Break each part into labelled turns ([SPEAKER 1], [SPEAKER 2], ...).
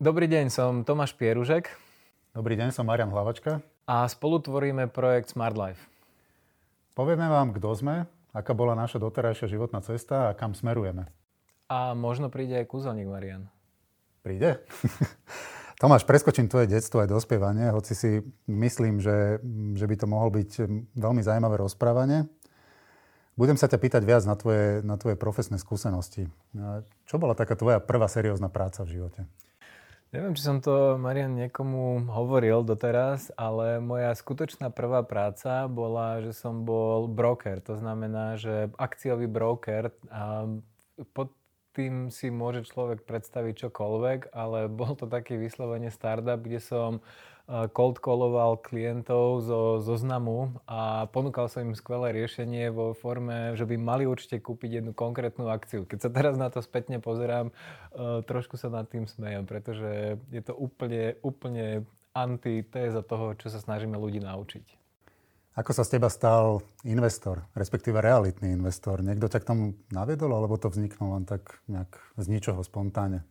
[SPEAKER 1] Dobrý deň, som Tomáš Pieružek
[SPEAKER 2] Dobrý deň, som Marian Hlavačka.
[SPEAKER 1] a spolu tvoríme projekt Smart Life.
[SPEAKER 2] Povieme vám, kto sme, aká bola naša doterajšia životná cesta a kam smerujeme.
[SPEAKER 1] A možno príde aj kúzelník, Marian.
[SPEAKER 2] Príde? Tomáš, preskočím tvoje detstvo aj dospievanie, hoci si myslím, že by to mohol byť veľmi zaujímavé rozprávanie. Budem sa ťa pýtať viac na tvoje profesné skúsenosti. Čo bola taká tvoja prvá seriózna práca v živote?
[SPEAKER 1] Neviem, či som to, Marian, niekomu hovoril doteraz, ale moja skutočná prvá práca bola, že som bol broker. To znamená, že akciový broker. Pod tým si môže človek predstaviť čokoľvek, ale bol to taký vyslovene startup, kde som cold calloval klientov zo zoznamu a ponúkal som im skvelé riešenie vo forme, že by mali určite kúpiť jednu konkrétnu akciu. Keď sa teraz na to spätne pozerám, trošku sa nad tým smejem, pretože je to úplne antitéza toho, čo sa snažíme ľudí naučiť.
[SPEAKER 2] Ako sa z teba stal investor, respektíve realitný investor? Niekto ťa k tomu naviedol, alebo to vzniklo len tak nejak z ničoho, spontánne?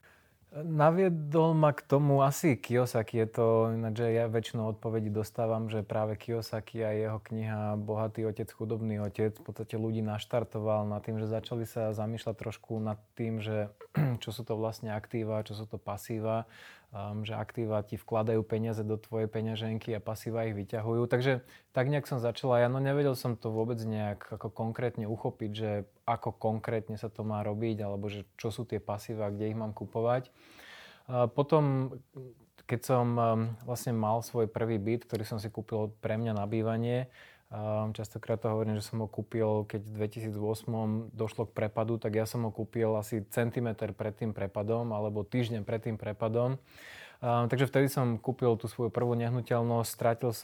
[SPEAKER 1] Naviedol ma k tomu asi Kiyosaki. Je to ináč, že ja väčšinou odpovedí dostávam, že práve Kiyosaki a jeho kniha Bohatý otec, chudobný otec v podstate ľudí naštartoval nad tým, že začali sa zamýšľať trošku nad tým, že čo sú to vlastne aktíva, čo sú to pasíva, že aktíva ti vkladajú peniaze do tvojej peňaženky a pasíva ich vyťahujú. Takže tak nejak som začala. Ja nevedel som to vôbec nejak ako konkrétne uchopiť, že ako konkrétne sa to má robiť, alebo že čo sú tie pasíva, kde ich mám kupovať. Potom, keď som vlastne mal svoj prvý byt, ktorý som si kúpil pre mňa na bývanie, častokrát to hovorím, že som ho kúpil, keď v 2008 došlo k prepadu, tak ja som ho kúpil asi centimeter pred tým prepadom, alebo týždeň pred tým prepadom. Takže vtedy som kúpil tú svoju prvú nehnuteľnosť,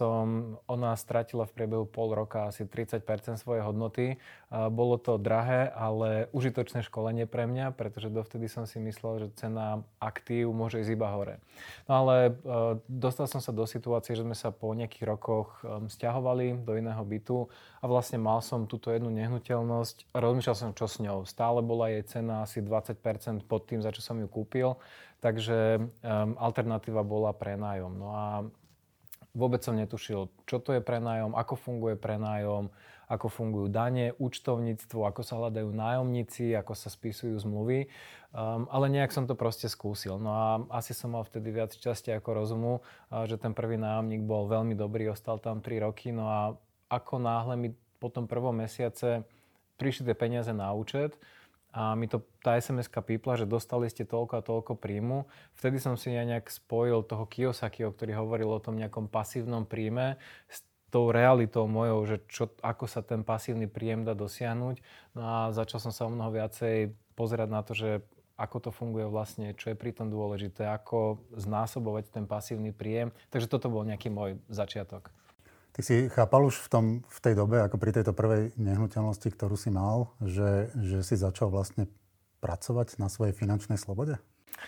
[SPEAKER 1] ona stratila v priebehu pol roka asi 30% svojej hodnoty. Bolo to drahé, ale užitočné školenie pre mňa, pretože dovtedy som si myslel, že cena aktív môže ísť iba hore. No ale dostal som sa do situácie, že sme sa po nejakých rokoch sťahovali do iného bytu a vlastne mal som túto jednu nehnuteľnosť a rozmýšľal som, čo s ňou. Stále bola jej cena asi 20% pod tým, za čo som ju kúpil. Takže alternatíva bola prenájom. No a vôbec som netušil, čo to je prenájom, ako funguje prenájom, ako fungujú dane, účtovníctvo, ako sa hľadajú nájomníci, ako sa spisujú zmluvy. Ale nejak som to proste skúsil. No a asi som mal vtedy viac šťastia ako rozumu, že ten prvý nájomník bol veľmi dobrý, ostal tam 3 roky. No a ako náhle mi po tom prvom mesiace prišli tie peniaze na účet, a mi to tá SMS-ka pípla, že dostali ste toľko a toľko príjmu. Vtedy som si ja nejak spojil toho Kiyosakiho, ktorý hovoril o tom nejakom pasívnom príjme s tou realitou mojou, že ako sa ten pasívny príjem dá dosiahnuť. No a začal som sa o mnoho viacej pozerať na to, že ako to funguje vlastne, čo je pri tom dôležité, ako znásobovať ten pasívny príjem. Takže toto bol nejaký môj začiatok.
[SPEAKER 2] Ty si chápal už v tej dobe, ako pri tejto prvej nehnuteľnosti, ktorú si mal, že si začal vlastne pracovať na svojej finančnej slobode?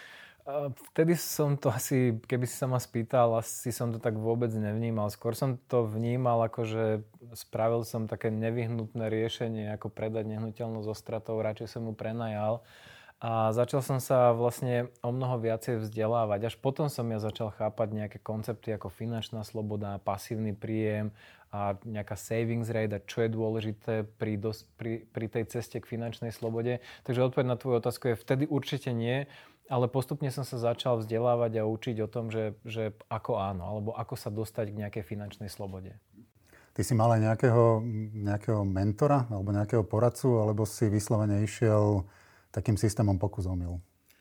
[SPEAKER 1] Vtedy som to asi, keby si sa ma spýtal, asi som to tak vôbec nevnímal. Skôr som to vnímal ako, že spravil som také nevyhnutné riešenie, ako predať nehnuteľnosť so stratou, radšej som mu prenajal. A začal som sa vlastne o mnoho viacej vzdelávať. Až potom som ja začal chápať nejaké koncepty ako finančná sloboda, pasívny príjem a nejaká savings rate a čo je dôležité pri tej ceste k finančnej slobode. Takže odpoveď na tvoju otázku je vtedy určite nie, ale postupne som sa začal vzdelávať a učiť o tom, že ako áno, alebo ako sa dostať k nejakej finančnej slobode.
[SPEAKER 2] Ty si mal aj nejakého mentora alebo nejakého poradcu, alebo si vyslovene išiel takým systémom pokus omyl?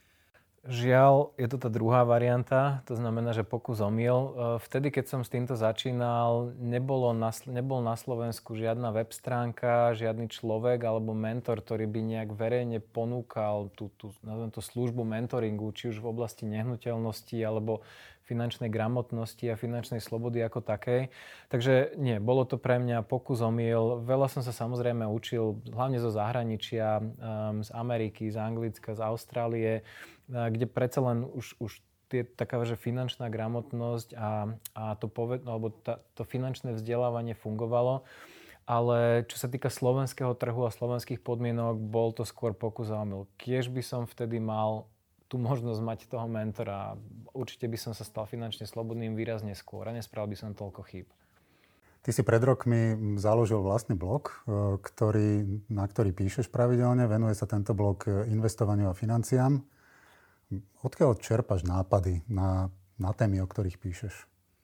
[SPEAKER 1] Žiaľ, je to tá druhá varianta, to znamená, že pokus omyl. Vtedy, keď som s týmto začínal, nebol na Slovensku žiadna web stránka, žiadny človek alebo mentor, ktorý by nejak verejne ponúkal tú nazvem to službu mentoringu, či už v oblasti nehnuteľnosti alebo finančnej gramotnosti a finančnej slobody ako takej. Takže nie, bolo to pre mňa pokus omyl. Veľa som sa samozrejme učil, hlavne zo zahraničia, z Ameriky, z Anglicka, z Austrálie, kde predsa len už taká, že finančná gramotnosť a to finančné vzdelávanie fungovalo. Ale čo sa týka slovenského trhu a slovenských podmienok, bol to skôr pokus a omyl. Kiež by som vtedy mal tú možnosť mať toho mentora. Určite by som sa stal finančne slobodným výrazne skôr a nespravil by som toľko chýb.
[SPEAKER 2] Ty si pred rokmi založil vlastný blog, na ktorý píšeš pravidelne. Venuje sa tento blog investovaniu a financiám. Odkiaľ čerpaš nápady na témy, o ktorých píšeš?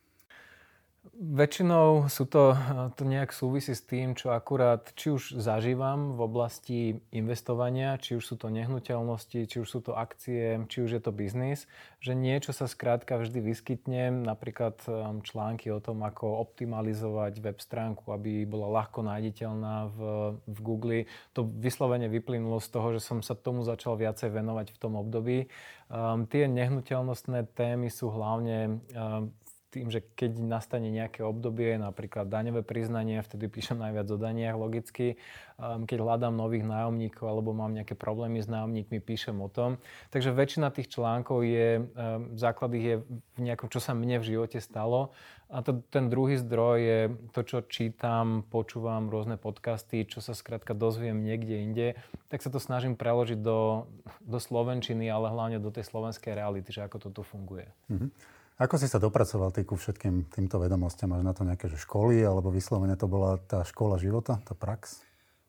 [SPEAKER 1] Väčšinou to nejak súvisí s tým, čo akurát či už zažívam v oblasti investovania, či už sú to nehnuteľnosti, či už sú to akcie, či už je to biznis, že niečo sa skrátka vždy vyskytne, napríklad články o tom, ako optimalizovať web stránku, aby bola ľahko nájditeľná v Google. To vyslovene vyplynulo z toho, že som sa tomu začal viacej venovať v tom období. Tie nehnuteľnostné témy sú hlavne tým, že keď nastane nejaké obdobie, napríklad daňové priznanie, vtedy píšem najviac o daniach logicky. Keď hľadám nových nájomníkov alebo mám nejaké problémy s nájomníkmi, píšem o tom. Takže väčšina tých článkov základ ich je v nejakom, čo sa mne v živote stalo. A ten druhý zdroj je to, čo čítam, počúvam rôzne podcasty, čo sa skrátka dozviem niekde inde, tak sa to snažím preložiť do slovenčiny, ale hlavne do tej slovenskej reality, že ako to tu funguje.
[SPEAKER 2] Mm-hmm. Ako si sa dopracoval ty ku všetkým týmto vedomostiam? Máš na to nejaké školy, alebo vyslovene to bola tá škola života, tá prax?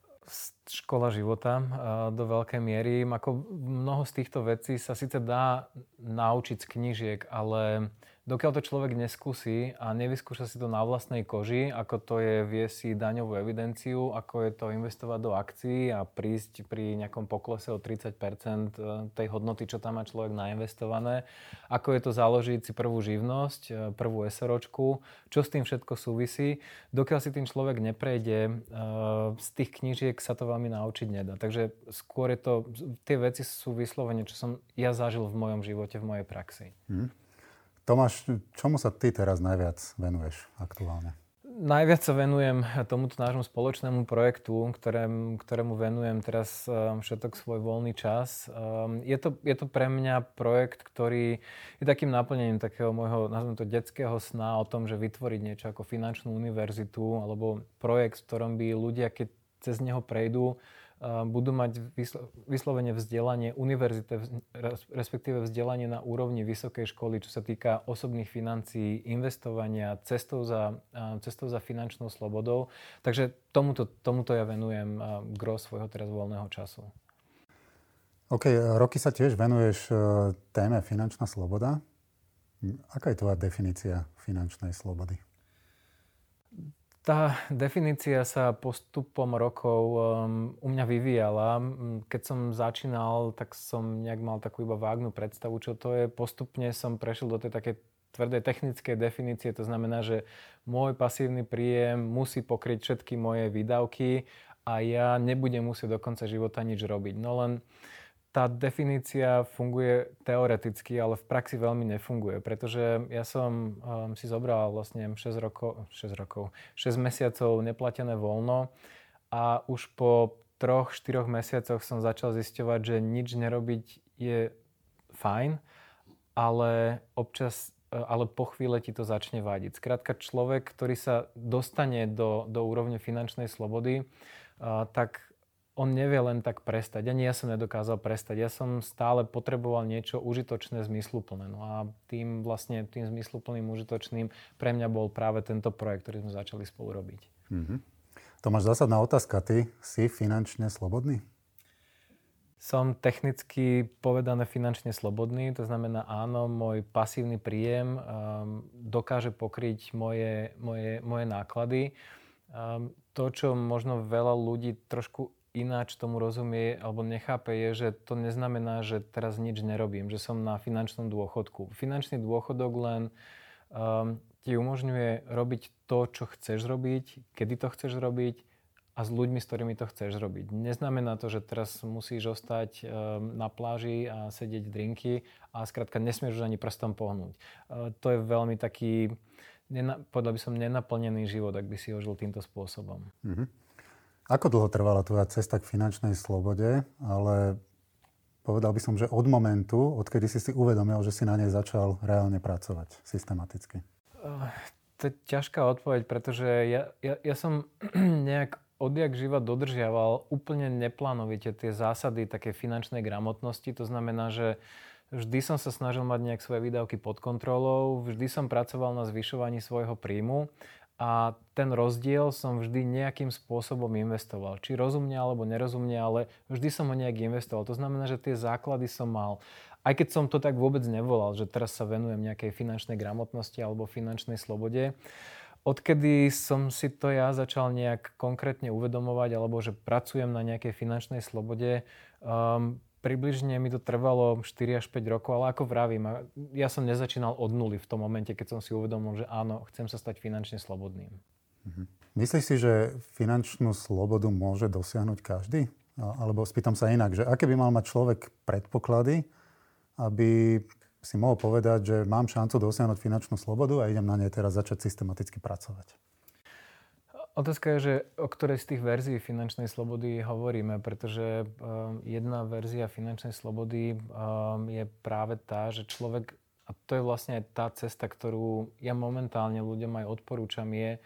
[SPEAKER 1] Škola života do veľkej miery. Ako mnoho z týchto vecí sa síce dá naučiť z knížiek, ale dokiaľ to človek neskúsi a nevyskúša si to na vlastnej koži, ako to je viesť si daňovú evidenciu, ako je to investovať do akcií a prísť pri nejakom poklese o 30% tej hodnoty, čo tam má človek nainvestované, ako je to založiť si prvú živnosť, prvú SROčku, čo s tým všetko súvisí. Dokiaľ si tým človek neprejde, z tých knížiek sa to veľmi naučiť nedá. Takže skôr je to, tie veci sú vyslovene, čo som ja zažil v mojom živote, v mojej praxi.
[SPEAKER 2] Tomáš, čomu sa ty teraz najviac venuješ aktuálne?
[SPEAKER 1] Najviac sa venujem tomuto nášmu spoločnému projektu, ktorému venujem teraz všetok svoj voľný čas. Je to pre mňa projekt, ktorý je takým naplnením takého môjho, nazvem to, detského sna o tom, že vytvoriť niečo ako finančnú univerzitu alebo projekt, v ktorom by ľudia, keď cez neho prejdú, budú mať vyslovene vzdelanie univerzite, respektíve vzdelanie na úrovni vysokej školy, čo sa týka osobných financií, investovania, cestou za finančnou slobodou. Takže tomuto ja venujem gros svojho teraz voľného času.
[SPEAKER 2] OK, roky sa tiež venuješ téme finančná sloboda. Aká je tvoja definícia finančnej slobody?
[SPEAKER 1] Tá definícia sa postupom rokov u mňa vyvíjala. Keď som začínal, tak som nejak mal takú iba vágnu predstavu, čo to je. Postupne som prešiel do tej také tvrdej technickej definície. To znamená, že môj pasívny príjem musí pokryť všetky moje výdavky a ja nebudem musieť do konca života nič robiť. No len tá definícia funguje teoreticky, ale v praxi veľmi nefunguje, pretože ja som si zobral vlastne 6 mesiacov neplatené voľno a už po 3-4 mesiacoch som začal zisťovať, že nič nerobiť je fajn, ale po chvíle ti to začne vadiť. Skrátka človek, ktorý sa dostane do úrovne finančnej slobody, tak on nevie len tak prestať. Ani ja som nedokázal prestať. Ja som stále potreboval niečo užitočné, zmysluplné. No a tým zmysluplným, užitočným pre mňa bol práve tento projekt, ktorý sme začali spolu robiť.
[SPEAKER 2] Mm-hmm. Tomáš, zásadná otázka. Ty si finančne slobodný?
[SPEAKER 1] Som technicky povedané finančne slobodný. To znamená, áno, môj pasívny príjem dokáže pokryť moje náklady. To, čo možno veľa ľudí trošku ináč tomu rozumie alebo nechápe, je, že to neznamená, že teraz nič nerobím, že som na finančnom dôchodku. Finančný dôchodok len ti umožňuje robiť to, čo chceš robiť, kedy to chceš robiť a s ľuďmi, s ktorými to chceš robiť. Neznamená to, že teraz musíš ostať na pláži a sedieť drinky a skrátka nesmieš už ani prstom pohnúť. To je veľmi taký, povedal by som, nenaplnený život, ak by si ho žil týmto spôsobom.
[SPEAKER 2] Mm-hmm. Ako dlho trvala tvoja cesta k finančnej slobode, ale povedal by som, že od momentu, odkedy si uvedomil, že si na nej začal reálne pracovať systematicky?
[SPEAKER 1] To je ťažká odpoveď, pretože ja som nejak odjak živa dodržiaval úplne neplánovite tie zásady také finančnej gramotnosti. To znamená, že vždy som sa snažil mať nejak svoje výdavky pod kontrolou, vždy som pracoval na zvyšovaní svojho príjmu a ten rozdiel som vždy nejakým spôsobom investoval. Či rozumne alebo nerozumne, ale vždy som ho nejak investoval. To znamená, že tie základy som mal. Aj keď som to tak vôbec nevolal, že teraz sa venujem nejakej finančnej gramotnosti alebo finančnej slobode, odkedy som si to ja začal nejak konkrétne uvedomovať alebo že pracujem na nejakej finančnej slobode, približne mi to trvalo 4 až 5 rokov, ale ako vravím, ja som nezačínal od nuly v tom momente, keď som si uvedomil, že áno, chcem sa stať finančne slobodným.
[SPEAKER 2] Myslíš si, že finančnú slobodu môže dosiahnuť každý? Alebo spýtam sa inak, že aké by mal mať človek predpoklady, aby si mohol povedať, že mám šancu dosiahnuť finančnú slobodu a idem na nej teraz začať systematicky pracovať?
[SPEAKER 1] Otázka je, že o ktorej z tých verzií finančnej slobody hovoríme, pretože jedna verzia finančnej slobody je práve tá, že človek, a to je vlastne aj tá cesta, ktorú ja momentálne ľuďom aj odporúčam, je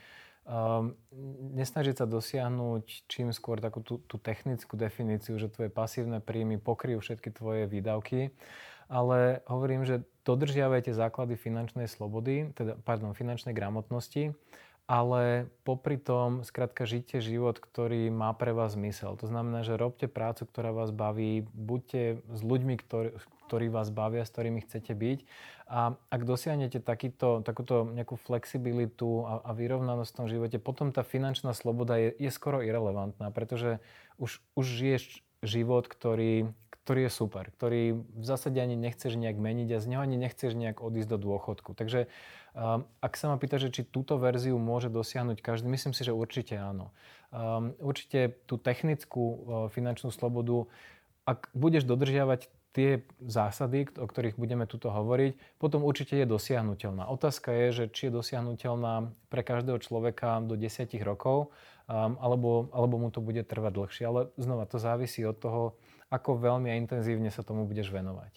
[SPEAKER 1] nesnažiť sa dosiahnuť čím skôr takú tú technickú definíciu, že tvoje pasívne príjmy pokryjú všetky tvoje výdavky, ale hovorím, že dodržiavajte základy finančnej slobody, finančnej gramotnosti, ale popri tom skrátka žite život, ktorý má pre vás zmysel. To znamená, že robte prácu, ktorá vás baví, buďte s ľuďmi, ktorí vás bavia, s ktorými chcete byť. A ak dosiahnete takúto nejakú flexibilitu a vyrovnanosť v tom živote, potom tá finančná sloboda je skoro irelevantná, pretože už žiješ život, ktorý je super, ktorý v zásade ani nechceš nejak meniť a z neho ani nechceš nejak odísť do dôchodku. Takže ak sa ma pýta, že či túto verziu môže dosiahnuť každý, myslím si, že určite áno. Určite tú technickú finančnú slobodu, ak budeš dodržiavať tie zásady, o ktorých budeme tuto hovoriť, potom určite je dosiahnuteľná. Otázka je, že či je dosiahnuteľná pre každého človeka do 10 rokov, alebo mu to bude trvať dlhšie. Ale znova, to závisí od toho, ako veľmi a intenzívne sa tomu budeš venovať.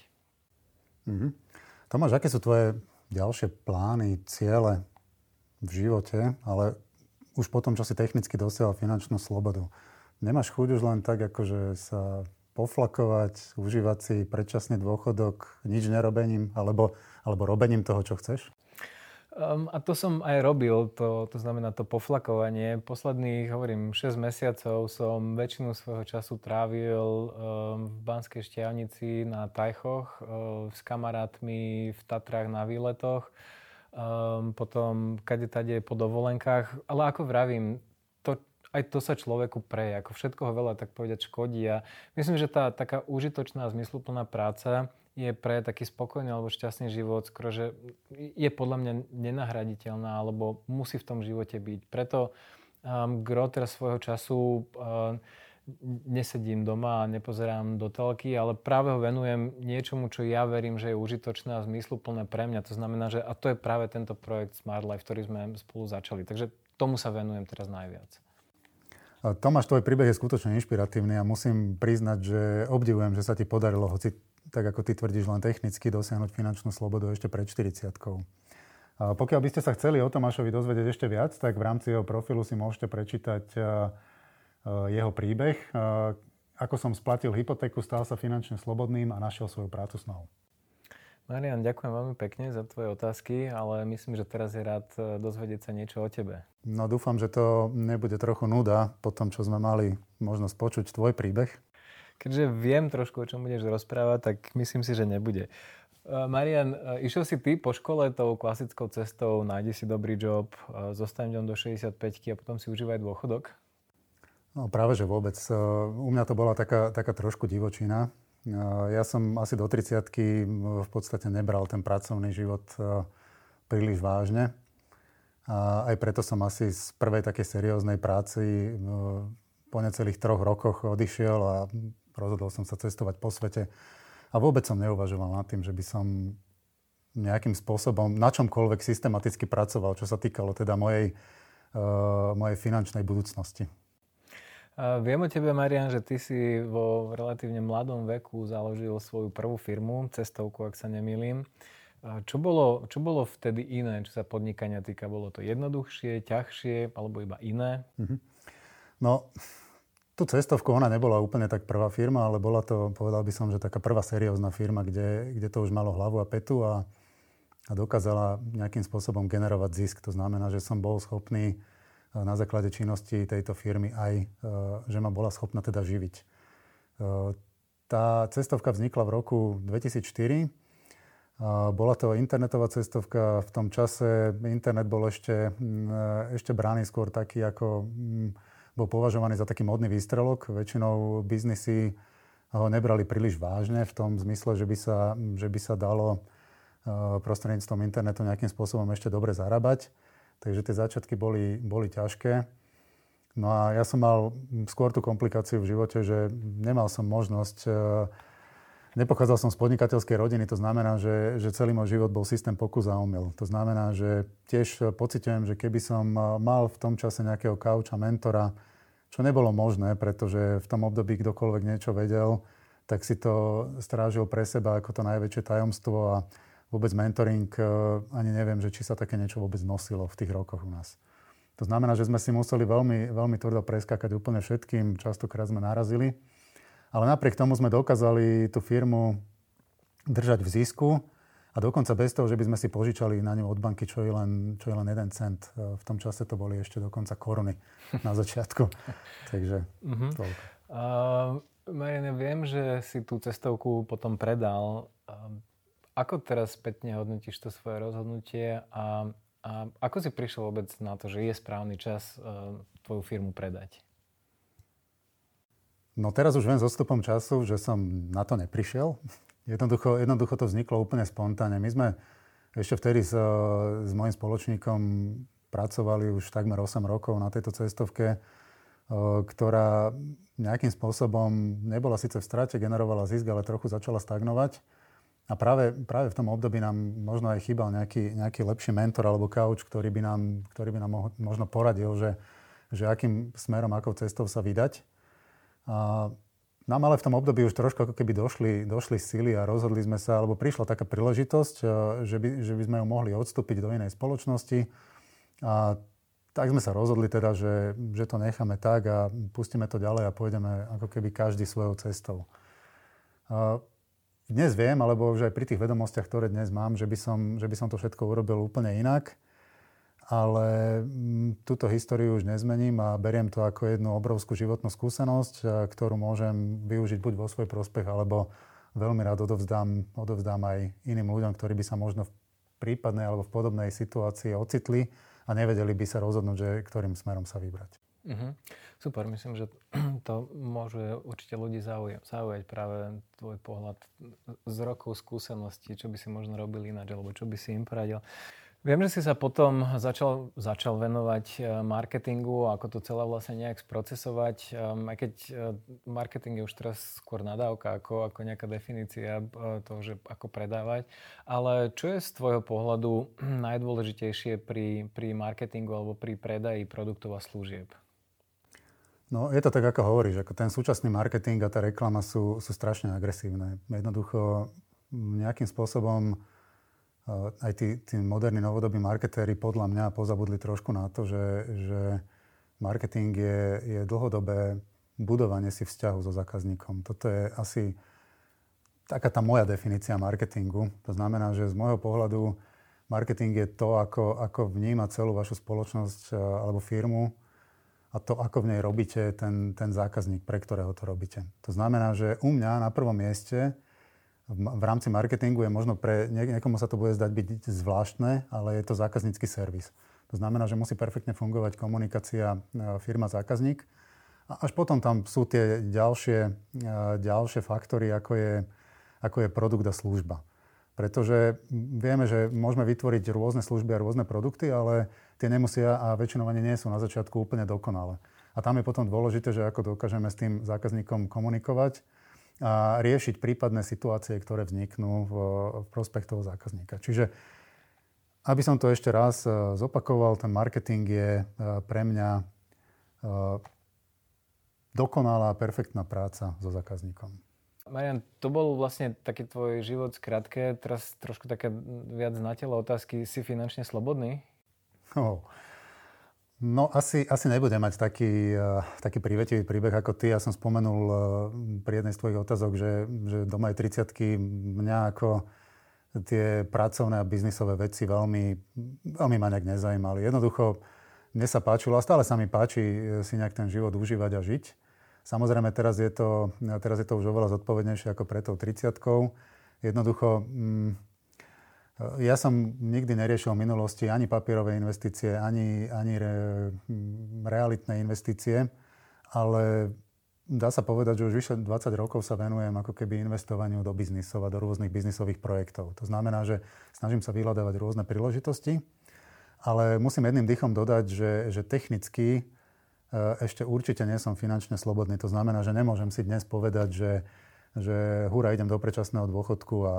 [SPEAKER 2] Tomáš, aké sú tvoje ďalšie plány, ciele v živote, ale už potom, čo si technicky dosiahol finančnú slobodu? Nemáš chuť už len tak, akože sa poflakovať, užívať si predčasný dôchodok nič nerobením, alebo robením toho, čo chceš?
[SPEAKER 1] A to som aj robil, to znamená to poflakovanie. Posledných, 6 mesiacov som väčšinu svojho času trávil v Banskej Štiavnici na Tajchoch, s kamarátmi v Tatrách na výletoch, potom kade-tade po dovolenkách. Ale ako vravím, aj to sa človeku preje, ako všetkoho veľa, tak povedať, škodí. A myslím, že tá taká užitočná a zmysluplná práca je pre taký spokojný alebo šťastný život skoro, že je podľa mňa nenahraditeľná alebo musí v tom živote byť. Preto gro teraz svojho času nesedím doma a nepozerám do telky, ale práve ho venujem niečomu, čo ja verím, že je užitočné a zmysluplné pre mňa. To znamená, že a to je práve tento projekt Smart Life, ktorý sme spolu začali. Takže tomu sa venujem teraz najviac.
[SPEAKER 2] Tomáš, tvoj príbeh je skutočne inšpiratívny a musím priznať, že obdivujem, že sa ti podarilo, hoci tak ako ty tvrdíš, len technicky dosiahnuť finančnú slobodu ešte pred 40-kou. Pokiaľ by ste sa chceli o Tomášovi dozvedieť ešte viac, tak v rámci jeho profilu si môžete prečítať jeho príbeh. Ako som splatil hypotéku, stal sa finančne slobodným a našiel svoju prácu snou.
[SPEAKER 1] Marian, ďakujem veľmi pekne za tvoje otázky, ale myslím, že teraz je rád dozvedieť sa niečo o tebe.
[SPEAKER 2] No dúfam, že to nebude trochu nuda po tom, čo sme mali možnosť počuť tvoj príbeh.
[SPEAKER 1] Keďže viem trošku, o čom budeš rozprávať, tak myslím si, že nebude. Marian, išiel si ty po škole tou klasickou cestou, nájdi si dobrý job, zostaň v ňom do 65-ky a potom si užívaj dôchodok?
[SPEAKER 2] No práve, že vôbec. U mňa to bola taká trošku divočina. Ja som asi do 30-ky v podstate nebral ten pracovný život príliš vážne. A aj preto som asi z prvej takej serióznej práci po necelých 3 rokoch odišiel a rozhodol som sa cestovať po svete. A vôbec som neuvažoval nad tým, že by som nejakým spôsobom na čomkoľvek systematicky pracoval, čo sa týkalo teda mojej finančnej budúcnosti.
[SPEAKER 1] Viem o tebe, Marian, že ty si vo relatívne mladom veku založil svoju prvú firmu, cestovku, ak sa nemýlim. Čo bolo vtedy iné, čo sa podnikania týka? Bolo to jednoduchšie, ťažšie, alebo iba iné?
[SPEAKER 2] No, tú cestovku, ona nebola úplne tak prvá firma, ale bola to, povedal by som, že taká prvá seriózna firma, kde to už malo hlavu a petu a dokázala nejakým spôsobom generovať zisk. To znamená, že som bol schopný na základe činnosti tejto firmy aj, že ma bola schopná teda živiť. Tá cestovka vznikla v roku 2004. Bola to internetová cestovka. V tom čase internet bol ešte braný skôr taký, ako bol považovaný za taký modný výstrelok. Väčšinou biznisy ho nebrali príliš vážne v tom zmysle, že by sa dalo prostredníctvom internetu nejakým spôsobom ešte dobre zarábať. Takže tie začiatky boli ťažké. No a ja som mal skôr tú komplikáciu v živote, že nemal som možnosť. Nepochádzal som z podnikateľskej rodiny, to znamená, že celý môj život bol systém pokus a omyl. To znamená, že tiež pociťujem, že keby som mal v tom čase nejakého kauča, mentora, čo nebolo možné, pretože v tom období kdokoľvek niečo vedel, tak si to strážil pre seba ako to najväčšie tajomstvo a vôbec mentoring, ani neviem, že či sa také niečo vôbec nosilo v tých rokoch u nás. To znamená, že sme si museli veľmi, veľmi tvrdo preskakať úplne všetkým, častokrát sme narazili. Ale napriek tomu sme dokázali tú firmu držať v zisku a dokonca bez toho, že by sme si požičali na ňu od banky, čo je len 1 cent. V tom čase to boli ešte dokonca koruny na začiatku. Takže toľko.
[SPEAKER 1] Marian, viem, že si tú cestovku potom predal. Ako teraz spätne hodnotíš to svoje rozhodnutie a ako si prišiel vôbec na to, že je správny čas tvoju firmu predať?
[SPEAKER 2] No teraz už viem s odstupom času, že som na to neprišiel. Jednoducho to vzniklo úplne spontánne. My sme ešte vtedy s mojím spoločníkom pracovali už takmer 8 rokov na tejto cestovke, ktorá nejakým spôsobom nebola síce v strate, generovala zisk, ale trochu začala stagnovať. A práve v tom období nám možno aj chýbal nejaký lepší mentor alebo coach, ktorý by nám možno poradil, že akým smerom, akou cestou sa vydať. A nám ale v tom období už trošku ako keby došli sily a rozhodli sme sa, alebo prišla taká príležitosť, že by sme ju mohli odstúpiť do inej spoločnosti. A tak sme sa rozhodli teda, že to necháme tak a pustíme to ďalej a pôjdeme ako keby každý svojou cestou. Dnes viem, alebo už aj pri tých vedomostiach, ktoré dnes mám, že by som to všetko urobil úplne inak. Ale túto históriu už nezmením a beriem to ako jednu obrovskú životnú skúsenosť, ktorú môžem využiť buď vo svoj prospech, alebo veľmi rád odovzdám aj iným ľuďom, ktorí by sa možno v prípadnej alebo v podobnej situácii ocitli a nevedeli by sa rozhodnúť, že ktorým smerom sa vybrať.
[SPEAKER 1] Super, myslím, že to môže určite ľudí zaujať práve tvoj pohľad z rokov skúseností, čo by si možno robili ináč, alebo čo by si im poradil. Viem, že si sa potom začal venovať marketingu, ako to celé vlastne nejak sprocesovať. Aj keď marketing je už teraz skôr nadávka, ako nejaká definícia toho, že ako predávať. Ale čo je z tvojho pohľadu najdôležitejšie pri marketingu alebo pri predaji produktov a služieb?
[SPEAKER 2] No, je to tak, ako hovoríš. Ako ten súčasný marketing a tá reklama sú strašne agresívne. Jednoducho nejakým spôsobom aj tí moderní novodobí marketéri podľa mňa pozabudli trošku na to, že marketing je dlhodobé budovanie si vzťahu so zákazníkom. Toto je asi taká tá moja definícia marketingu. To znamená, že z môjho pohľadu marketing je to, ako vníma celú vašu spoločnosť alebo firmu a to, ako v nej robíte ten zákazník, pre ktorého to robíte. To znamená, že u mňa na prvom mieste v rámci marketingu je možno pre niekomu sa to bude zdať byť zvláštne, ale je to zákaznícky servis. To znamená, že musí perfektne fungovať komunikácia firma-zákazník. A až potom tam sú tie ďalšie faktory, ako je produkt a služba. Pretože vieme, že môžeme vytvoriť rôzne služby a rôzne produkty, ale tie nemusia a väčšinou ani nie sú na začiatku úplne dokonalé. A tam je potom dôležité, že ako dokážeme s tým zákazníkom komunikovať a riešiť prípadné situácie, ktoré vzniknú v prospech toho zákazníka. Čiže, aby som to ešte raz zopakoval, ten marketing je pre mňa dokonalá, perfektná práca so zákazníkom.
[SPEAKER 1] Marian, to bol vlastne taký tvoj život skrátke. Teraz trošku také viac na telo otázky. Si finančne slobodný?
[SPEAKER 2] No asi nebudem mať taký prívetivý príbeh ako ty. Ja som spomenul pri jednej z tvojich otázok, že do mojej 30-ky mňa ako tie pracovné a biznisové veci veľmi, veľmi ma nejak nezajímali. Jednoducho mne sa páčilo a stále sa mi páči si nejak ten život užívať a žiť. Samozrejme teraz je to už oveľa zodpovednejšie ako pred tou 30-kou. Jednoducho ja som nikdy neriešil v minulosti ani papierové investície, ani realitné investície, ale dá sa povedať, že už vyše 20 rokov sa venujem ako keby investovaniu do biznisov a do rôznych biznisových projektov. To znamená, že snažím sa vyhľadávať rôzne príležitosti, ale musím jedným dýchom dodať, že technicky ešte určite nie som finančne slobodný. To znamená, že nemôžem si dnes povedať, že hurá, idem do predčasného dôchodku a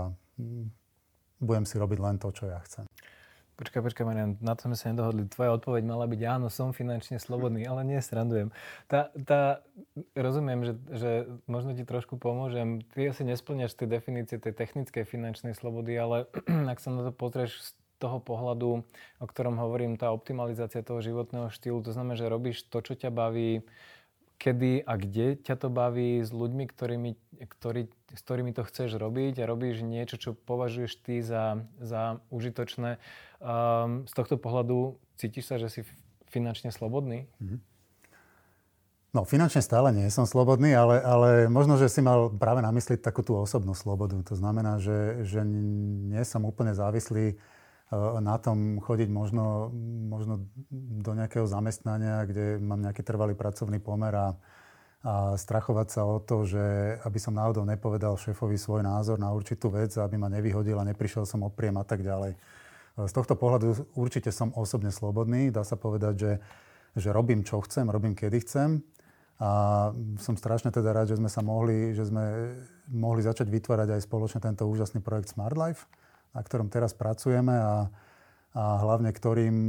[SPEAKER 2] budem si robiť len to, čo ja chcem.
[SPEAKER 1] Počkaj, Marian, na to sme sa nedohodli. Tvoja odpoveď mala byť áno, som finančne slobodný, ale nie, srandujem. Rozumiem, že možno ti trošku pomôžem. Ty asi nesplňaš tie definície tej technickej finančnej slobody, ale ak sa na to pozrieš z toho pohľadu, o ktorom hovorím, tá optimalizácia toho životného štýlu, to znamená, že robíš to, čo ťa baví, kedy a kde ťa to baví, s ľuďmi, s ktorými to chceš robiť a robíš niečo, čo považuješ ty za užitočné. Z tohto pohľadu cítiš sa, že si finančne slobodný?
[SPEAKER 2] No, finančne stále nie som slobodný, ale možno, že si mal práve na mysli takú tú osobnú slobodu. To znamená, že nie som úplne závislý na tom chodiť možno do nejakého zamestnania, kde mám nejaký trvalý pracovný pomer a strachovať sa o to, že aby som náhodou nepovedal šéfovi svoj názor na určitú vec, aby ma nevyhodil a neprišiel som o príjem a tak ďalej. Z tohto pohľadu určite som osobne slobodný. Dá sa povedať, že robím, čo chcem, robím, kedy chcem. A som strašne teda rád, že sme mohli začať vytvárať aj spoločne tento úžasný projekt Smart Life, na ktorom teraz pracujeme a hlavne ktorým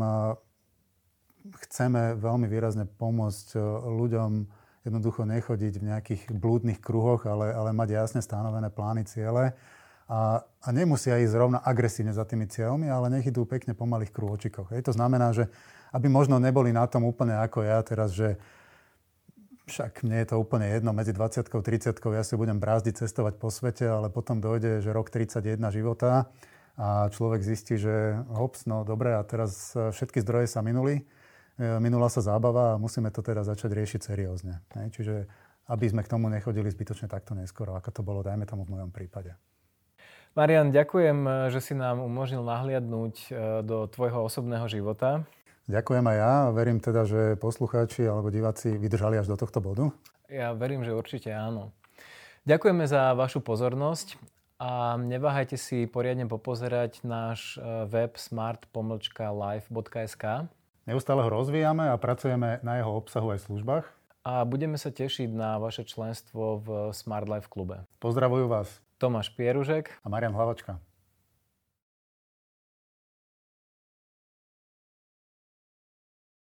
[SPEAKER 2] chceme veľmi výrazne pomôcť ľuďom jednoducho nechodiť v nejakých blúdnych kruhoch, ale mať jasne stanovené plány, ciele a nemusia ísť rovno agresívne za tými cieľmi, ale nech idú pekne po malých krôčikoch. To znamená, že aby možno neboli na tom úplne ako ja teraz, že však mne je to úplne jedno, medzi 20 a 30 ja si budem brázdiť, cestovať po svete, ale potom dojde, že rok 31 života a človek zistí, že hops, no dobre, a teraz všetky zdroje sa minula sa zábava a musíme to teda začať riešiť seriózne. Čiže aby sme k tomu nechodili zbytočne takto neskoro, ako to bolo, dajme tomu v mojom prípade.
[SPEAKER 1] Marian, ďakujem, že si nám umožnil nahliadnúť do tvojho osobného života.
[SPEAKER 2] Ďakujem aj ja. Verím teda, že poslucháči alebo diváci vydržali až do tohto bodu.
[SPEAKER 1] Ja verím, že určite áno. Ďakujeme za vašu pozornosť a neváhajte si poriadne popozerať náš web smart-life.sk.
[SPEAKER 2] Neustále ho rozvíjame a pracujeme na jeho obsahu aj službách.
[SPEAKER 1] A budeme sa tešiť na vaše členstvo v Smart Life klube.
[SPEAKER 2] Pozdravujú vás
[SPEAKER 1] Tomáš Pieružek
[SPEAKER 2] a Marian Hlavačka.